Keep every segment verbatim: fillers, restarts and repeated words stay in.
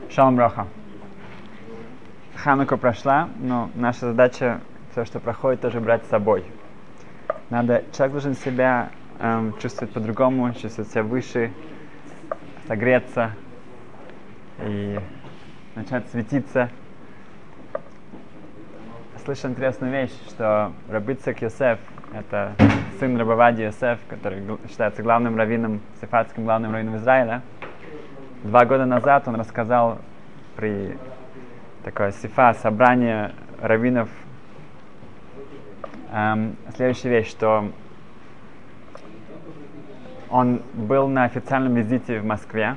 Шалом браха. Ханука прошла, но наша задача, все, что проходит, тоже брать с собой. Надо, человек должен себя эм, чувствовать по-другому, чувствовать себя выше, согреться и начать светиться. Слышал интересную вещь, что Раби Ицхак Йосеф, это сын Раби Овадии Йосеф, который считается главным раввином, сефардским главным раввином Израиля. Два года назад он рассказал при такое сифа, собрание раввинов, эм, следующая вещь, что он был на официальном визите в Москве,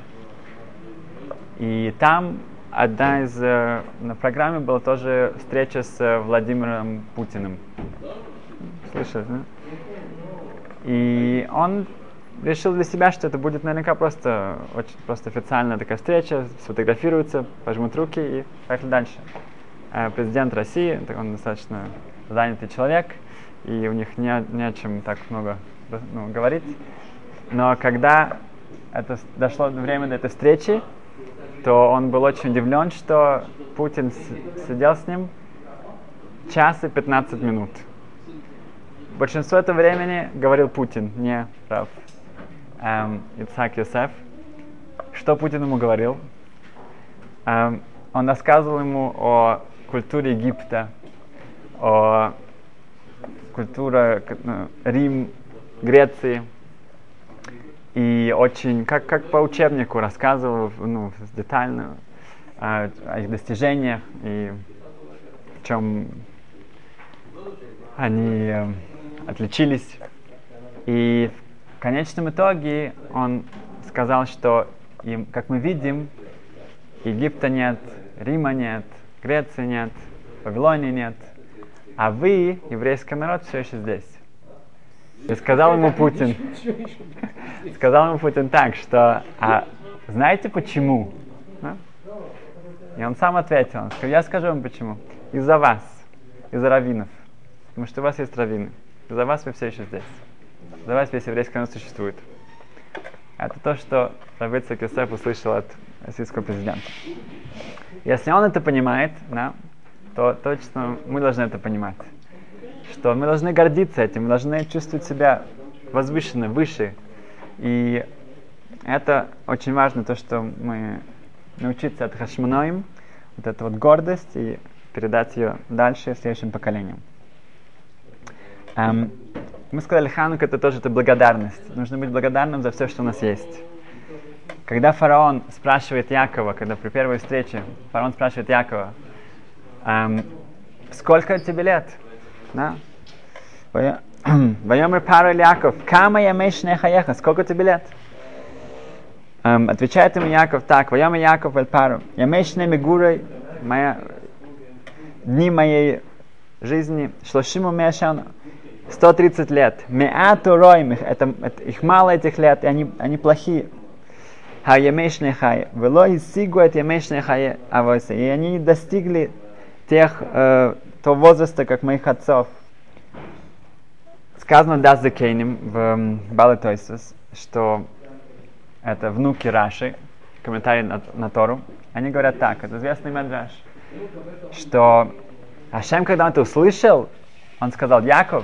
и там одна из, э, на программе была тоже встреча с э, Владимиром Путиным. Слышали, да? И он решил для себя, что это будет наверняка просто очень просто официальная такая встреча, сфотографируются, пожмут руки и поехали дальше. Э, президент России, он достаточно занятый человек, и у них не, не о чем так много ну, говорить. Но когда это дошло время до этой встречи, то он был очень удивлен, что Путин с- сидел с ним час и пятнадцать минут. Большинство этого времени говорил Путин, не Рав эм, Ицхак Йосеф. Что Путин ему говорил? Эм, он рассказывал ему о культуре Египта, о культуре ну, Рим, Греции. И очень, как, как по учебнику, рассказывал ну, детально о, о их достижениях и в чем они э, отличились. И в конечном итоге он сказал, что, им, как мы видим, Египта нет, Рима нет, Греции нет, Вавилонии нет, а вы, еврейский народ, все еще здесь. И сказал ему Путин, сказал ему Путин так, что, а знаете почему? А? И он сам ответил, он сказал, я скажу вам почему. Из-за вас, из-за раввинов. Потому что у вас есть раввины. Из-за вас вы все еще здесь. Из-за вас весь еврейский народ существует. Это то, что Раби Ицхак Йосеф услышал от российского президента. Если он это понимает, да, то точно мы должны это понимать. Что мы должны гордиться этим, мы должны чувствовать себя возвышенно, выше. И это очень важно, то, что мы научиться от Хашмоноим, вот эту вот гордость, и передать ее дальше следующим поколениям. Эм, мы сказали, Ханука это тоже это благодарность. Нужно быть благодарным за все, что у нас есть. Когда фараон спрашивает Якова, когда при первой встрече фараон спрашивает Якова, эм, сколько тебе лет? Да? Вайомер пару Яков, кама ямей шней хаеха, сколько тебе лет? Um, отвечает ему Яков так, Вайомер Яков эль пару, ямей шней мигурой, моя дни моей жизни, шлошиму мешан, сто тридцать лет, меату роим, это, это их мало этих лет, и они, они плохие. Ха ямей шней хае, вело иссигу эт ямей шней хае авосе, и они не достигли тех, э, того возраста, как моих отцов. Сказано Дас Закейним в Бале Тойсус, что это внуки Раши, комментарий на, на Тору, они говорят так, это известный Медраш, что Ашем, когда он это услышал, он сказал, Яков,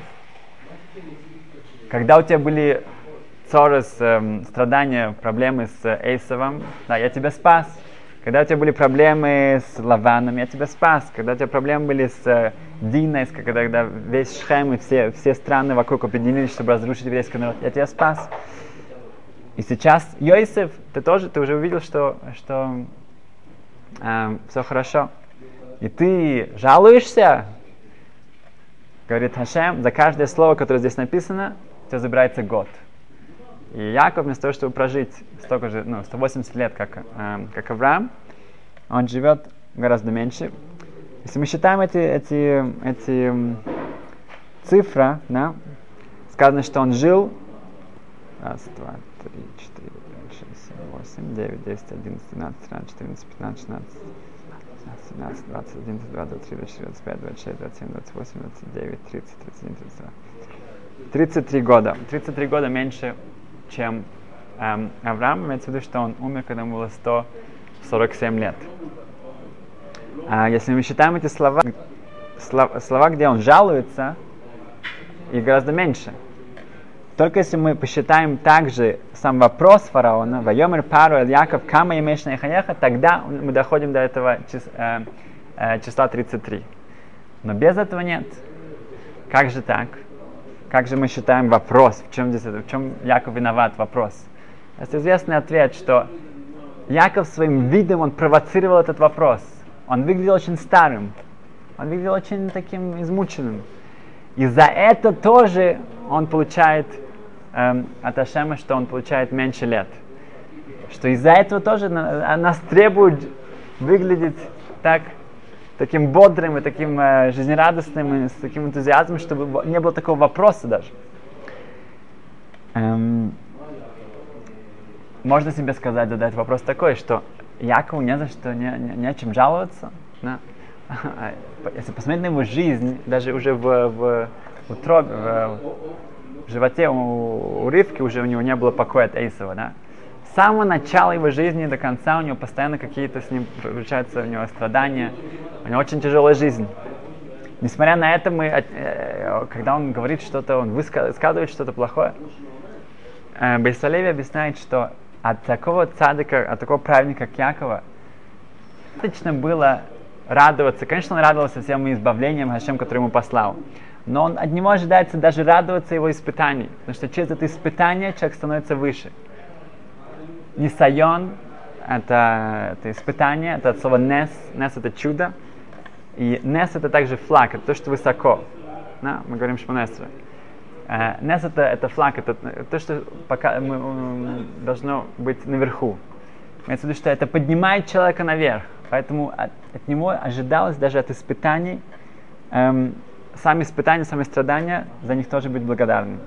когда у тебя были ссоры, эм, страдания, проблемы с Эйсовым, да, я тебя спас. Когда у тебя были проблемы с Лаваном, я тебя спас. Когда у тебя проблемы были с э, Диной, когда, когда весь Шхем и все, все страны вокруг объединились, чтобы разрушить еврейский народ, я тебя спас. И сейчас, Йосеф, ты тоже, ты уже увидел, что, что э, все хорошо. И ты жалуешься? Говорит Хашем, за каждое слово, которое здесь написано, у тебя забирается год. И Яков, вместо того, чтобы прожить столько же, ну, сто восемьдесят лет, как, э, как Авраам, он живет гораздо меньше. Если мы считаем эти, эти, эти цифры, да, сказано, что он жил раз, два, три, четыре, пять, шесть, семь, восемь, девять, десять, одиннадцать, двенадцать, тринадцать, четырнадцать, пятнадцать, шестнадцать, семнадцать, двадцать один, двадцать два, двадцать три, двадцать четыре, двадцать пять, двадцать шесть, двадцать семь, двадцать восемь, двадцать девять, тридцать, тридцать один, тридцать два. тридцать три года. тридцать три года меньше, чем эм, Авраам. Имеется в виду, что он умер, когда ему было сто сорок семь лет. А если мы считаем эти слова, слова, слова, где он жалуется, их гораздо меньше. Только если мы посчитаем также сам вопрос фараона, «Вайомер пару эль Яков кама имеешь на ихаеха», тогда мы доходим до этого чис, э, э, числа тридцать три. Но без этого нет. Как же так? Как же мы считаем вопрос? В чем здесь это? В чем Яков виноват? Вопрос. Есть известный ответ, что Яков своим видом он провоцировал этот вопрос. Он выглядел очень старым. Он выглядел очень таким измученным. И за это тоже он получает эм, от Ашема, что он получает меньше лет. Что из-за этого тоже на, нас требует выглядеть так, таким бодрым и таким э, жизнерадостным, и с таким энтузиазмом, чтобы не было такого вопроса даже. Эм, можно себе сказать, задать вопрос такой, что Якову не за что, не, не, не о чем жаловаться. Да? Если посмотреть на его жизнь, даже уже в, в, в утробе, в, в животе у, у Ривки уже у него не было покоя от Эйсова. Да? С самого начала его жизни до конца у него постоянно какие-то с ним включаются, у него страдания, у него очень тяжелая жизнь. Несмотря на это, мы, когда он говорит что-то, он высказывает что-то плохое, Бейс Алеви объясняет, что от такого цадыка, от такого праведника, как Якова, достаточно было радоваться. Конечно, он радовался всем избавлением Хашем, который ему послал. Но он, от него ожидается даже радоваться его испытаний. Потому что через это испытание человек становится выше. Нисайон — это, это испытание, это от слова нес. Нес — это чудо. И нес — это также флаг, это то, что высоко. Да? Мы говорим шмонесра. Нес это, это флаг, это то, что пока мы, мы, должно быть наверху. Имеется в виду, что это поднимает человека наверх. Поэтому от, от него ожидалось даже от испытаний, эм, сами испытания, сами страдания, за них тоже быть благодарным.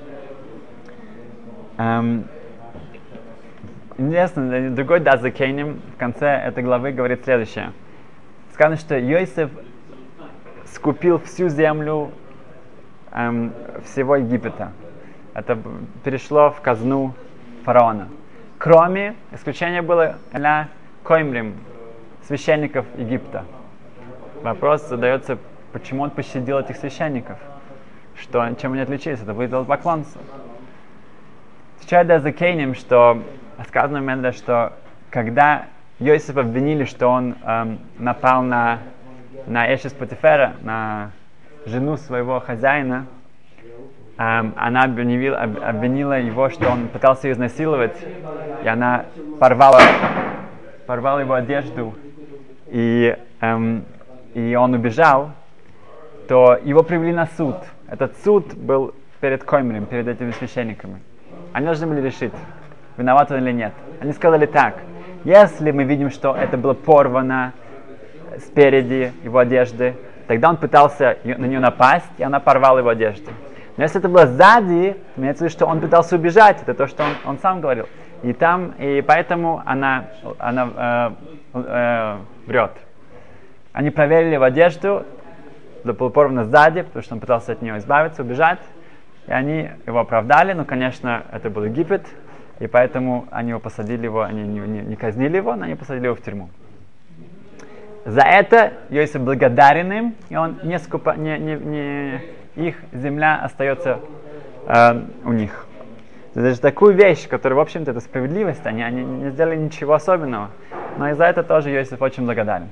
Эм, интересно, другой Даза Кейним в конце этой главы говорит следующее. Сказано, что Йосеф скупил всю землю Эм, всего Египта. Это перешло в казну фараона. Кроме, исключение было для коймрим, священников Египта. Вопрос задается, почему он пощадил этих священников? Что, чем они отличились? Это было поклонство. Отвечает Даза Кейним, что сказано в Меде, что когда Йосифа обвинили, что он эм, напал на, на Эшес Потифера, на жену своего хозяина, эм, она обвинила, об, обвинила его, что он пытался ее изнасиловать, и она порвала, порвала его одежду, и, эм, и он убежал, то его привели на суд. Этот суд был перед Коймрим, перед этими священниками. Они должны были решить, виноват он или нет. Они сказали так: если мы видим, что это было порвано спереди его одежды, тогда он пытался на нее напасть, и она порвала его одежду. Но если это было сзади, имеется в виду, что он пытался убежать, это то, что он, он сам говорил. И там, и поэтому она, она э, э, врет. Они проверили его одежду, это было порвано сзади, потому что он пытался от нее избавиться, убежать. И они его оправдали, но, конечно, это был Египет, и поэтому они его посадили, его, они не, не, не казнили его, но они посадили его в тюрьму. За это Йосиф благодарен им, и он не скупа, не, не, не, их земля остается э, у них. Даже такую вещь, которая, в общем-то, это справедливость, они, они не сделали ничего особенного, но и за это тоже Йосиф очень благодарен.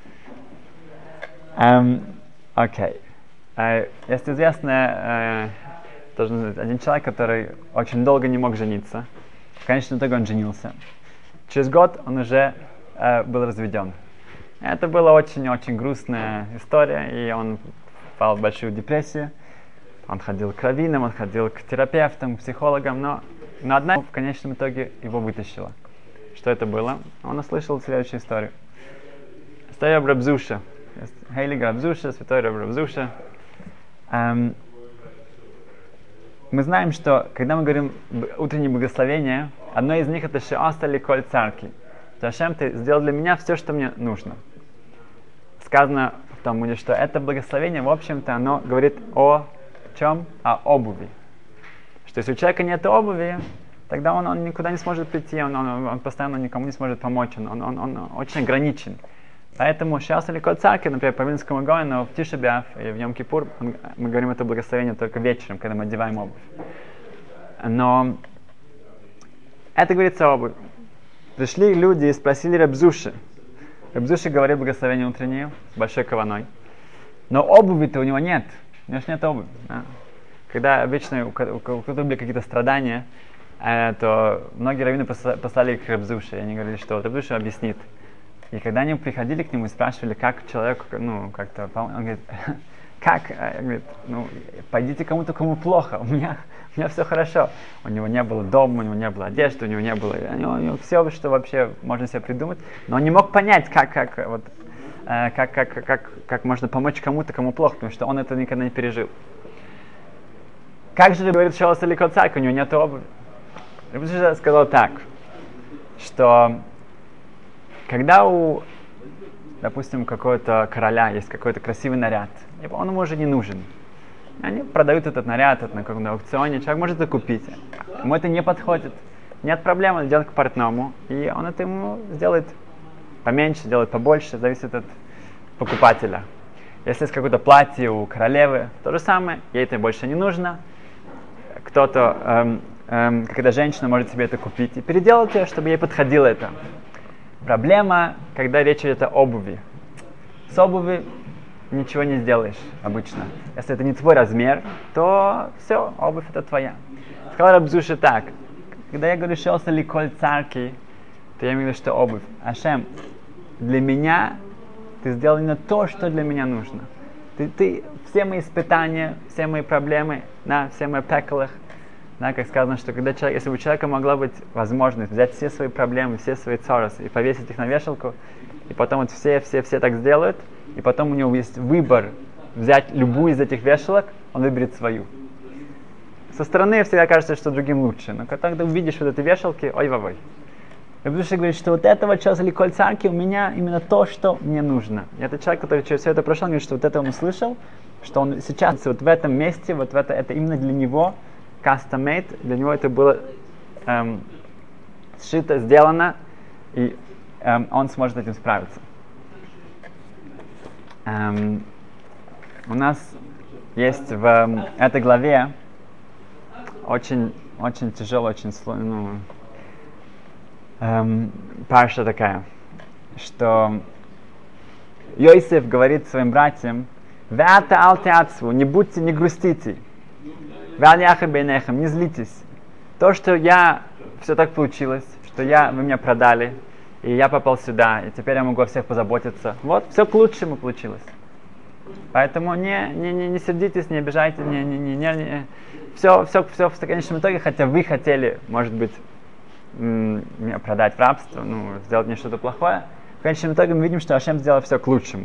Окей. Um, okay. uh, есть известный uh, один человек, который очень долго не мог жениться. В конечном итоге он женился. Через год он уже uh, был разведен. Это была очень-очень грустная история, и он впал в большую депрессию. Он ходил к раввинам, он ходил к терапевтам, к психологам, но, но одна в конечном итоге его вытащила. Что это было? Он услышал следующую историю. История об Рабзуше. Хейлиг Рабзуше, святой Рабзуше. Эм, мы знаем, что когда мы говорим утреннее благословение, одно из них это «Шеоста ликоль царки». Ашем, ты сделал для меня все, что мне нужно. Сказано в Талмуде, что это благословение, в общем-то, оно говорит о чем? О обуви. Что если у человека нет обуви, тогда он, он никуда не сможет прийти, он, он, он постоянно никому не сможет помочь, он, он, он, он очень ограничен. Поэтому сейчас или царки, например, по Вильнскому Гаону в Тише б'Ав и в Йом-Кипур, мы говорим это благословение только вечером, когда мы одеваем обувь. Но это говорится обувь. Пришли люди и спросили Реб Зуши. Реб Зуши говорит благословение утреннее с большой каваной. Но обуви-то у него нет. У него же нет обуви. Да? Когда обычно у кого-то были какие-то страдания, э, то многие раввины послали к Реб Зуши. И они говорили, что Реб Зуши объяснит. И когда они приходили к нему и спрашивали, как человек, ну, как-то, он говорит, как? Он говорит, ну, пойдите кому-то, кому плохо, у меня, у меня все хорошо. У него не было дома, у него не было одежды, у него не было, у него, у него все, что вообще можно себе придумать. Но он не мог понять, как, как, вот, э, как, как, как, как можно помочь кому-то, кому плохо, потому что он это никогда не пережил. Как же говорит Шолос Аликот Царк, у него нет обуви? Я сказал так, что когда у, допустим, какого-то короля есть какой-то красивый наряд, он ему уже не нужен. Они продают этот наряд это на каком-то аукционе, человек может это купить. Ему это не подходит. Нет проблем, он идет к портному, и он это ему сделает поменьше, сделает побольше, зависит от покупателя. Если есть какое-то платье у королевы, то же самое, ей это больше не нужно. Кто-то, эм, эм, какая-то женщина может себе это купить и переделать ее, чтобы ей подходило это. Проблема, когда речь идет о обуви. С обуви ничего не сделаешь обычно. Если это не твой размер, то все, обувь это твоя. Сказал Реб Зуши так, когда я говорю «шелся ли коль царки», то я имею в виду, что обувь. Ашем, для меня ты сделал именно то, что для меня нужно. Ты, ты все мои испытания, все мои проблемы, да, все мои пеклах, да, как сказано, что когда человек, если бы у человека могла быть возможность взять все свои проблемы, все свои цоросы и повесить их на вешалку, и потом вот все, все, все так сделают, и потом у него есть выбор взять любую из этих вешалок, он выберет свою. Со стороны всегда кажется, что другим лучше, но когда ты увидишь вот эти вешалки, ой-ва-вой. Реб Зуши говорит, что вот этого «шелся ли коль царки» у меня именно то, что мне нужно. И этот человек, который через все это прошел, говорит, что вот это он услышал, что он сейчас вот в этом месте, вот в это, это именно для него, custom-made, для него это было эм, сшито, сделано, и эм, он сможет с этим справиться. Эм, у нас есть в эм, этой главе очень, очень тяжелая, очень сложная, ну, эм, парша такая, что Йосеф говорит своим братьям: «Веата ал театсву, не будьте, не грустите, не злитесь. То, что я, все так получилось, что я, вы меня продали, и я попал сюда, и теперь я могу о всех позаботиться. Вот, все к лучшему получилось. Поэтому не, не, не, не сердитесь, не обижайтесь, не, не, не, не, не. Все, все, все в конечном итоге, хотя вы хотели, может быть, м- меня продать в рабство, ну, сделать мне что-то плохое, в конечном итоге мы видим, что Ашем сделал все к лучшему».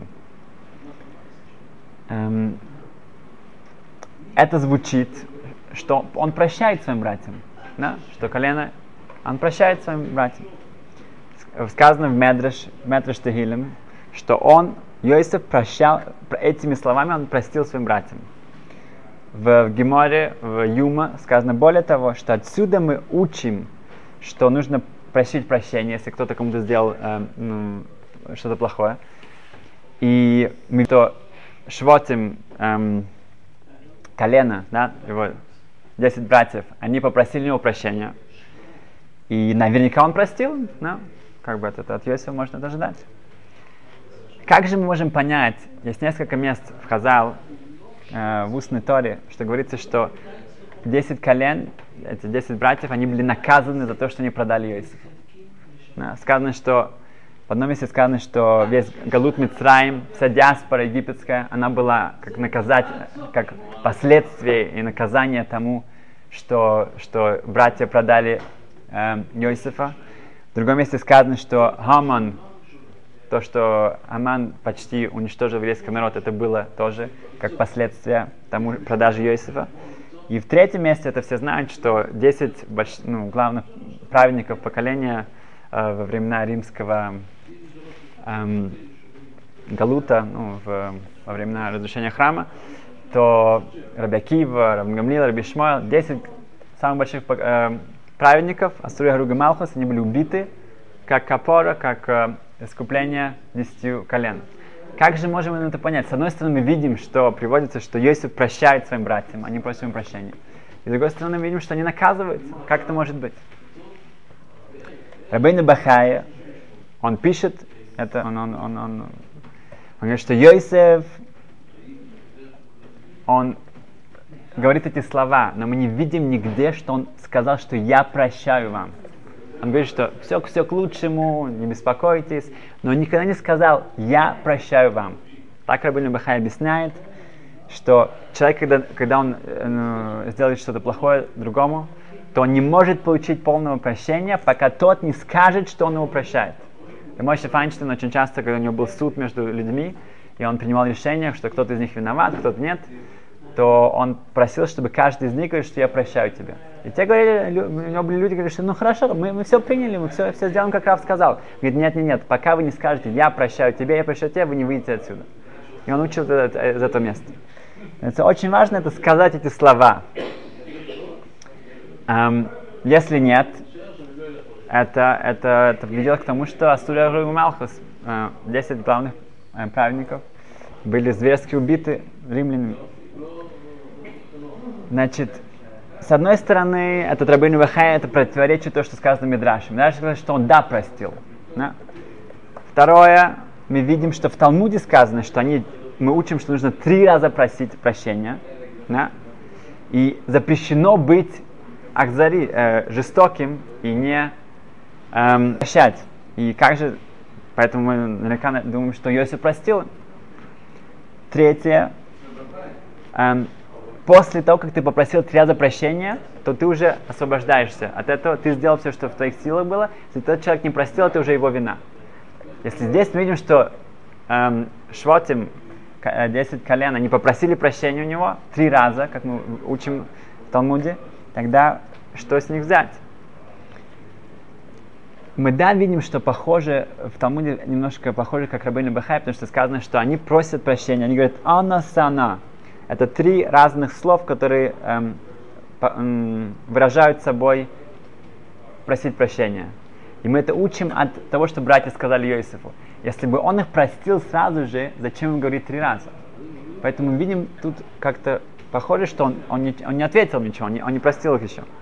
Эм, это звучит, что он прощает своим братьям, да? Что колено, он прощает своим братьям. Сказано в Медреш, Медреш Тегилим, что он, Йосеф, прощал, этими словами он простил своим братьям. В Геморе, в Юма сказано более того, что отсюда мы учим, что нужно просить прощения, если кто-то кому-то сделал э, ну, что-то плохое. И мы то швотим эм, колено, да, его десять братьев, они попросили у него прощения. И наверняка он простил, да? Как бы это от Йосефа можно ожидать. Как же мы можем понять, есть несколько мест в Хазал, э, в устной Торе, что говорится, что десять колен, эти десять братьев, они были наказаны за то, что они продали Йосефа. Да? Сказано, что в одном месте сказано, что весь Галут Мицраим, вся диаспора египетская, она была как наказать, как последствие и наказание тому, что, что братья продали э, Йосефа. В другом месте сказано, что Хаман, то, что Аман почти уничтожил еврейский народ, это было тоже как последствие тому продажи Йосефа. И в третьем месте это все знают, что десять больш... ну, главных праведников поколения э, во времена римского эм, Галута, ну, в, во времена разрушения храма, то Раби Акива, Раби Гамлиэл, Раби Шмуэль, десять самых больших э, праведников, Асур Яруг и Малхус, они были убиты, как капора, как э, искупление десятью колен. Как же можем мы это понять? С одной стороны, мы видим, что приводится, что Йосеф прощает своим братьям, они просят им прощения. И с другой стороны, мы видим, что они наказываются. Как это может быть? Рабейну Бахая, он пишет, это, он, он, он, он, он говорит, что Йосеф, он говорит эти слова, но мы не видим нигде, что он сказал, что я прощаю вам. Он говорит, что все, все к лучшему, не беспокойтесь, но он никогда не сказал, я прощаю вам. Так Рабейну Бахай объясняет, что человек, когда, когда он э, сделает что-то плохое другому, то он не может получить полного прощения, пока тот не скажет, что он его прощает. И Моше Файнштейн очень часто, когда у него был суд между людьми, и он принимал решение, что кто-то из них виноват, кто-то нет, то он просил, чтобы каждый из них говорил, что я прощаю тебя. И те говорили, у него были люди, говорили, что ну хорошо, мы, мы все приняли, мы все, все сделаем, как Рав сказал. Говорит, нет, нет, нет, пока вы не скажете, я прощаю тебя, я прощаю тебя, вы не выйдете отсюда. И он учил это, это, из этого места. Это очень важно, это сказать эти слова. Um, если нет, это, это, это ведет к тому, что Асур Яруг и Малхус, десять главных э, праведников, были зверски убиты римлянами. Значит, с одной стороны, этот Рабейну Бахай, это противоречит то, что сказано Мидрашем. Мидраш говорит, что он да простил. Да? Второе, мы видим, что в Талмуде сказано, что они, мы учим, что нужно три раза просить прощения. Да? И запрещено быть ахзари, э, жестоким и не эм, прощать. И как же, поэтому мы наверняка думаем, что Йосиф простил. Третье, эм, после того, как ты попросил три раза прощения, то ты уже освобождаешься от этого, ты сделал все, что в твоих силах было. Если тот человек не простил, это уже его вина. Если здесь мы видим, что эм, Швотим, десять колен, они попросили прощения у него три раза, как мы учим в Талмуде, тогда что с них взять? Мы да видим, что похоже, в Талмуде немножко похоже, как Рабейну Бахай, потому что сказано, что они просят прощения, они говорят «ана-сана». Это три разных слов, которые эм, по, эм, выражают собой просить прощения. И мы это учим от того, что братья сказали Йосифу. Если бы он их простил сразу же, зачем им говорить три раза? Поэтому мы видим тут как-то похоже, что он, он, не, он не ответил ничего, он не, он не простил их еще.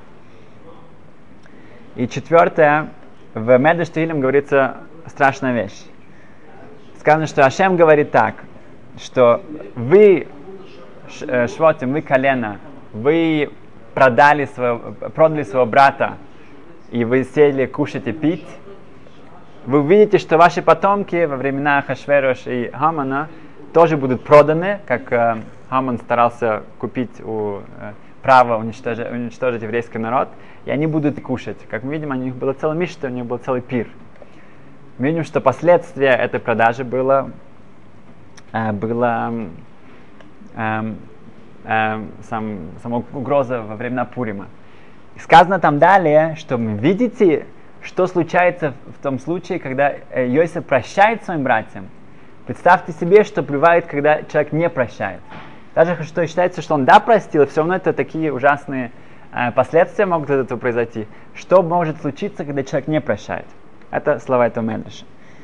И четвертое, в Медреш Tehillim говорится страшная вещь. Сказано, что Ашем говорит так, что вы, Швотим, вы колено, вы продали своего, продали своего брата, и вы сели кушать и пить, вы увидите, что ваши потомки во времена Ахашверош и Хамана тоже будут проданы, как э, Хаман старался купить у, э, право уничтожить, уничтожить еврейский народ, и они будут кушать. Как мы видим, у них было целое мишта, у них был целый пир. Мы видим, что последствия этой продажи было, э, было э, э, сам, сама угроза во времена Пурима. Сказано там далее, что вы видите, что случается в том случае, когда Йосиф прощает своим братьям. Представьте себе, что бывает, когда человек не прощает. Даже что считается, что он да простил, все равно это такие ужасные э, последствия могут от этого произойти. Что может случиться, когда человек не прощает? Это слова этого Медреша.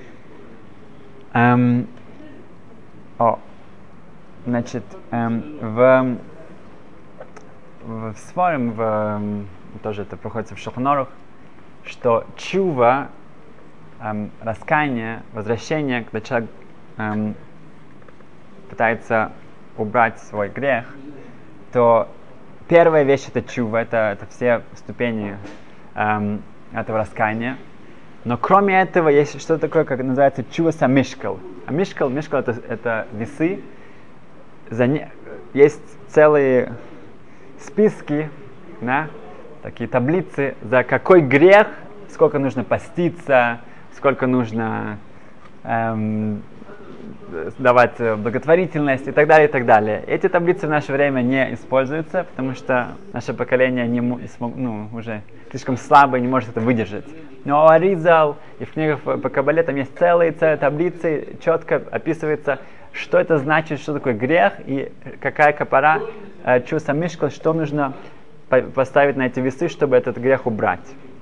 Эм, о, значит, эм, в, в, в Сфорим, в, тоже это проходится в Шулхан Арух, что чува, эм, раскаяние, возвращение, когда человек эм, пытается убрать свой грех, то первая вещь это чува, это, это все ступени эм, этого раскаяния. Но кроме этого есть что-то такое, как называется чува самишкал. А мишкал, мишкал это, это весы. За не, есть целые списки, да, такие таблицы, за какой грех, сколько нужно поститься, сколько нужно эм, давать благотворительность и так далее, и так далее. Эти таблицы в наше время не используются, потому что наше поколение не, ну, уже слишком слабое, не может это выдержать. Но у Аризал и в книгах по Кабале там есть целые, целые таблицы, четко описывается, что это значит, что такое грех и какая капара, э, чувство мишкал, что нужно поставить на эти весы, чтобы этот грех убрать.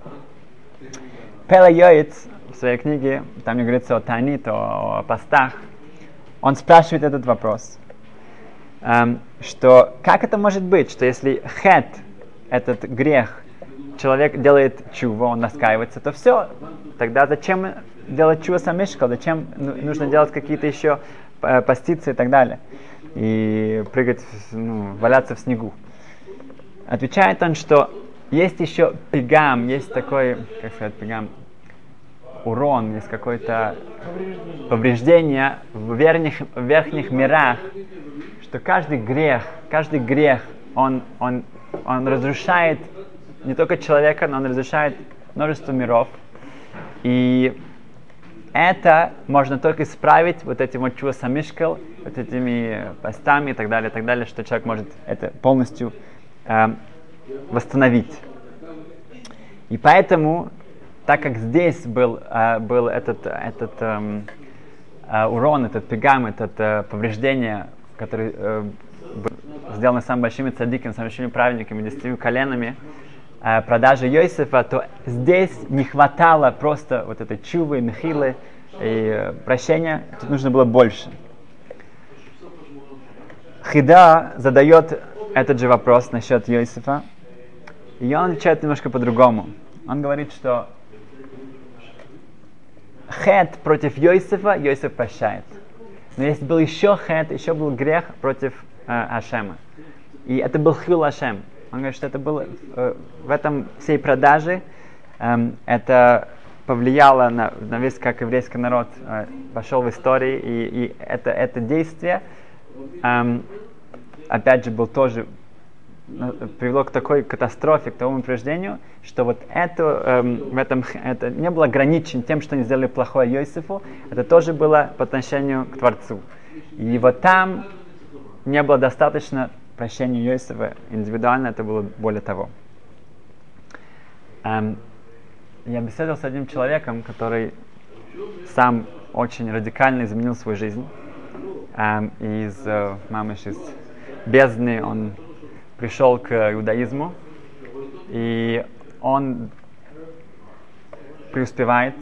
Пеле Йоиц в своей книге, там не говорится о Таанит, о, о постах, он спрашивает этот вопрос, эм, что как это может быть, что если хет, этот грех, человек делает чуву, он раскаивается, то все, тогда зачем делать чува самишкал, зачем нужно делать какие-то еще поститься и так далее, и прыгать, ну, валяться в снегу. Отвечает он, что есть еще пигам, есть такой, как сказать, пигам, урон, есть какое-то повреждение в верхних, в верхних мирах, что каждый грех, каждый грех, он, он, он разрушает не только человека, но он разрушает множество миров. И это можно только исправить вот этим вот чува самишкал, вот этими постами и так далее, и так далее, что человек может это полностью э, восстановить. И поэтому, так как здесь был, э, был этот, этот э, э, урон, этот пигам, это э, повреждение, которое э, было сделано самыми большими цадиками, самыми большими праведниками, десятью коленами, э, продажи Йосефа, то здесь не хватало просто вот этой чувы, мехилы и э, прощения, тут нужно было больше. Хида задает этот же вопрос насчет Йосефа, и он отвечает немножко по-другому. Он говорит, что хет против Йосефа, Йосеф прощает. Но если был еще хет, еще был грех против э, Ашема. И это был хил Ашем. Он говорит, что это было э, в этом всей продаже, э, это повлияло на, на весь, как еврейский народ э, пошел в истории, и, и это, это действие, э, опять же, был тоже, привело к такой катастрофе, к тому упреждению, что вот это, эм, в этом, это не было ограничено тем, что они сделали плохое Йосефу, это тоже было по отношению к Творцу. И вот там не было достаточно прощения Йосефа индивидуально, это было более того. Эм, я беседовал с одним человеком, который сам очень радикально изменил свою жизнь. Эм, из, э, мамыш, из бездны он пришел к иудаизму, и он преуспевает.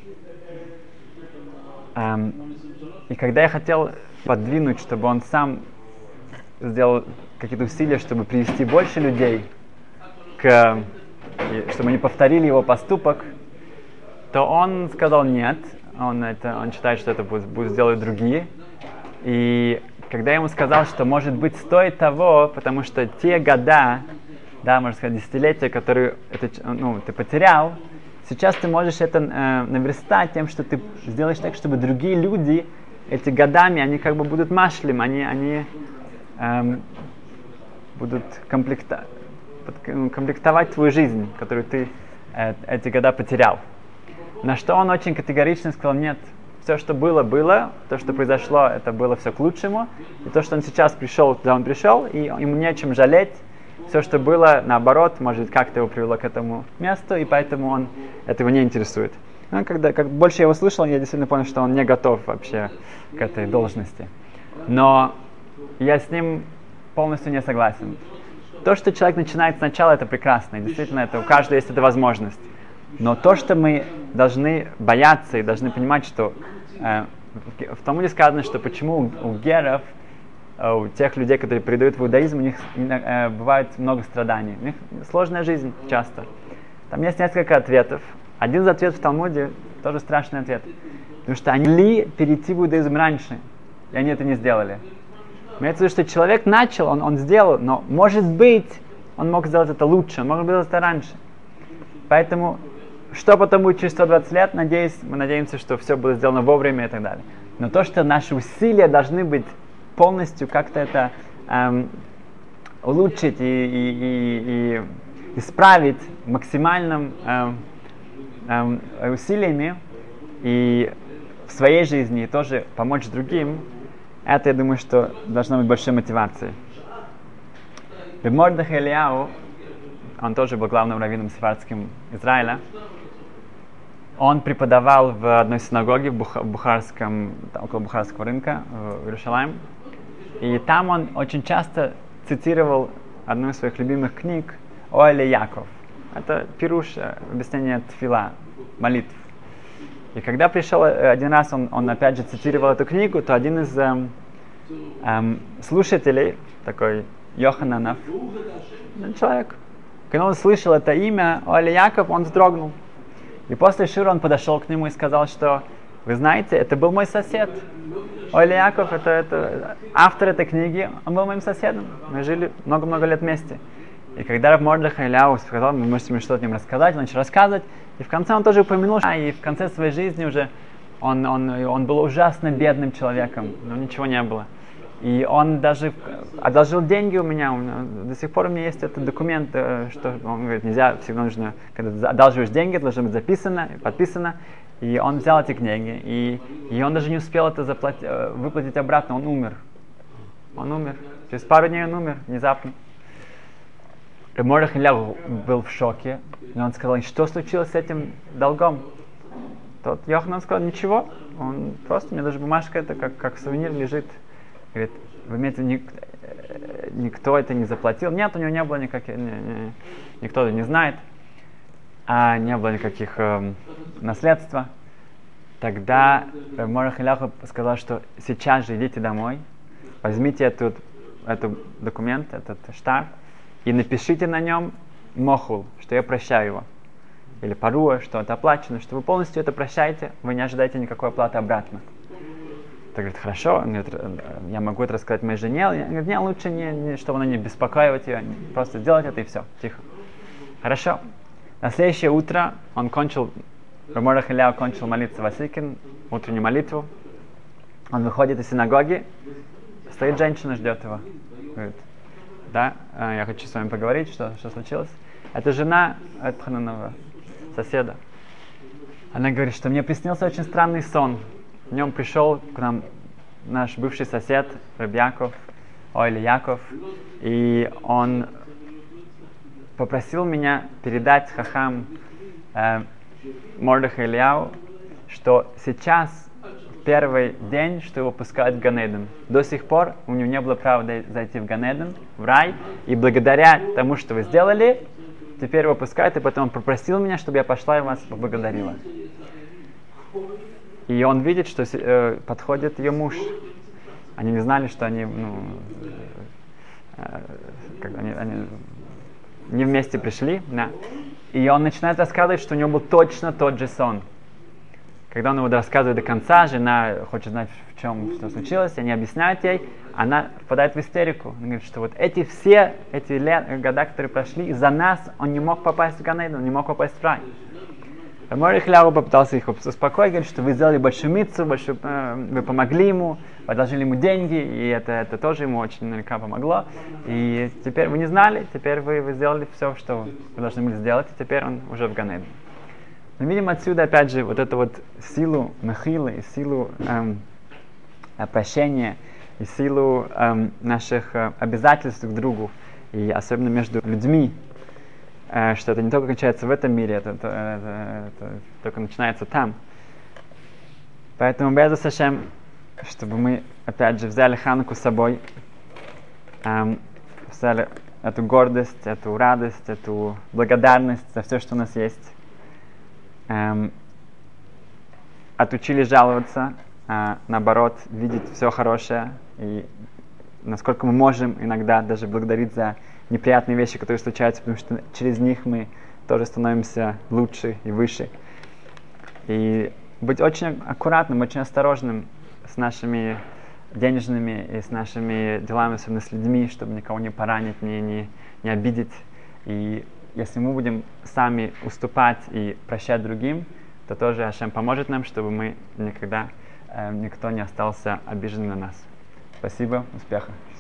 Эм, и когда я хотел подвинуть, чтобы он сам сделал какие-то усилия, чтобы привести больше людей, к, чтобы они повторили его поступок, то он сказал нет, он, это, он считает, что это будут, будут сделать другие. И когда я ему сказал, что, может быть, стоит того, потому что те года, да, можно сказать, десятилетия, которые это, ну, ты потерял, сейчас ты можешь это э, наверстать тем, что ты сделаешь так, чтобы другие люди эти годами, они как бы будут машлим, они, они эм, будут комплекта, комплектовать твою жизнь, которую ты э, эти года потерял. На что он очень категорично сказал, нет, все, что было, было, то, что произошло, это было все к лучшему, и то, что он сейчас пришел, куда он пришел, и ему не о чем жалеть, все, что было, наоборот, может, как-то его привело к этому месту, и поэтому он, это его не интересует. Но когда как больше я его слышал, я действительно понял, что он не готов вообще к этой должности. Но я с ним полностью не согласен. То, что человек начинает сначала, это прекрасно, и действительно, это, у каждого есть эта возможность. Но то, что мы должны бояться и должны понимать, что э, в Талмуде сказано, что почему у, у геров, э, у тех людей, которые передают в иудаизм, у них э, бывает много страданий. У них сложная жизнь часто. Там есть несколько ответов. Один из ответов в Талмуде тоже страшный ответ. Потому что они могли перейти в иудаизм раньше, и они это не сделали. Имеется в виду, что человек начал, он, он сделал, но может быть, он мог сделать это лучше, он мог сделать это раньше. Поэтому что потом будет через сто двадцать лет, надеюсь, мы надеемся, что все будет сделано вовремя и так далее. Но то, что наши усилия должны быть полностью как-то это эм, улучшить и, и, и, и исправить максимальным эм, эм, усилиями и в своей жизни, и тоже помочь другим, это, я думаю, что должно быть большой мотивацией. Рав Мордехай Элияу, он тоже был главным раввином сефардским Израиля. Он преподавал в одной синагоге в Бух- Бухарском, около Бухарского рынка в Иерусалиме. И там он очень часто цитировал одну из своих любимых книг Оэле Яков. Это пируш, объяснение тфила, молитв. И когда пришел один раз, он, он опять же цитировал эту книгу, то один из эм, эм, слушателей, такой Йохананов, человек, когда он слышал это имя, Оэле Яков, он вздрогнул. И после шира он подошел к нему и сказал, что, вы знаете, это был мой сосед. Оэле Яков, это, это автор этой книги, он был моим соседом. Мы жили много-много лет вместе. И когда Рав Мордехай Эляу сказал, вы можете мне что-то о нем рассказать, он начал рассказывать. И в конце он тоже упомянул, а и в конце своей жизни уже он, он, он был ужасно бедным человеком, но ничего не было. И он даже одолжил деньги у меня, у меня до сих пор у меня есть этот документ, что он говорит, нельзя, всегда нужно, когда одалживаешь деньги, должно быть записано, подписано. И он взял эти книги, и, и он даже не успел это заплатить, выплатить обратно, он умер. Он умер. Через пару дней он умер, внезапно. Рав Мордехай Эляу был в шоке, и он сказал, что случилось с этим долгом? Тот Йоханан сказал, ничего, он просто, у меня даже бумажка, это как, как сувенир лежит. Говорит, вы имеете в виду, никто это не заплатил? Нет, у него не было никаких, не, не, никто это не знает, а не было никаких э, наследства. Тогда Рав Мордехай Эляу сказал, что сейчас же идите домой, возьмите этот, этот документ, этот штар, и напишите на нем мохул, что я прощаю его. Или паруа, что это оплачено, что вы полностью это прощаете, вы не ожидаете никакой оплаты обратно. Так говорит, хорошо, он говорит, я могу это рассказать моей жене. Он говорит, нет, лучше, не, не, чтобы она не беспокоить ее, просто сделать это и все, тихо. Хорошо. На следующее утро он кончил, Рав Мордехай Эляу кончил молиться Васикин, утреннюю молитву. Он выходит из синагоги, стоит женщина, ждет его. Говорит, да, я хочу с вами поговорить, что, что случилось. Это жена Эдхананова, соседа. Она говорит, что мне приснился очень странный сон. В нем пришел к нам наш бывший сосед, Рав Яков, Оэле Яков, и он попросил меня передать хахам э, Мордехай Эляу, что сейчас первый день, что его пускают в Ганеден. До сих пор у него не было права зайти в Ганеден, в рай, и благодаря тому, что вы сделали, теперь его пускают, и потом он попросил меня, чтобы я пошла и вас поблагодарила. И он видит, что э, подходит ее муж. Они не знали, что они, ну, э, как они, они не вместе пришли, да. И он начинает рассказывать, что у него был точно тот же сон. Когда он его рассказывает до конца, жена хочет знать, в чем что случилось, и они объясняют ей, она впадает в истерику. Она говорит, что вот эти все эти лет, года, которые прошли, из-за нас он не мог попасть в Ганейден, он не мог попасть в рай. Рав Мордехай Эляу попытался их успокоить, говорит, что вы сделали большую мицву, большую, э, вы помогли ему, вы одолжили ему деньги, и это, это тоже ему очень наверняка помогло. И теперь вы не знали, теперь вы, вы сделали все, что вы должны были сделать, и теперь он уже в Ганейден. Мы видим отсюда, опять же, вот эту вот силу мехилы, силу эм, прощения, и силу эм, наших э, обязательств друг к другу, и особенно между людьми, э, что это не только кончается в этом мире, это, это, это, это только начинается там. Поэтому Бе'эзрат Хашем, чтобы мы, опять же, взяли Хануку с собой, эм, взяли эту гордость, эту радость, эту благодарность за все, что у нас есть, Эм, отучили жаловаться, а наоборот, видеть все хорошее, и насколько мы можем иногда даже благодарить за неприятные вещи, которые случаются, потому что через них мы тоже становимся лучше и выше. И быть очень аккуратным, очень осторожным с нашими денежными и с нашими делами, особенно с людьми, чтобы никого не поранить, не, не, не обидеть. И если мы будем сами уступать и прощать другим, то тоже Ашем поможет нам, чтобы мы никогда, э, никто не остался обиженным на нас. Спасибо, успеха!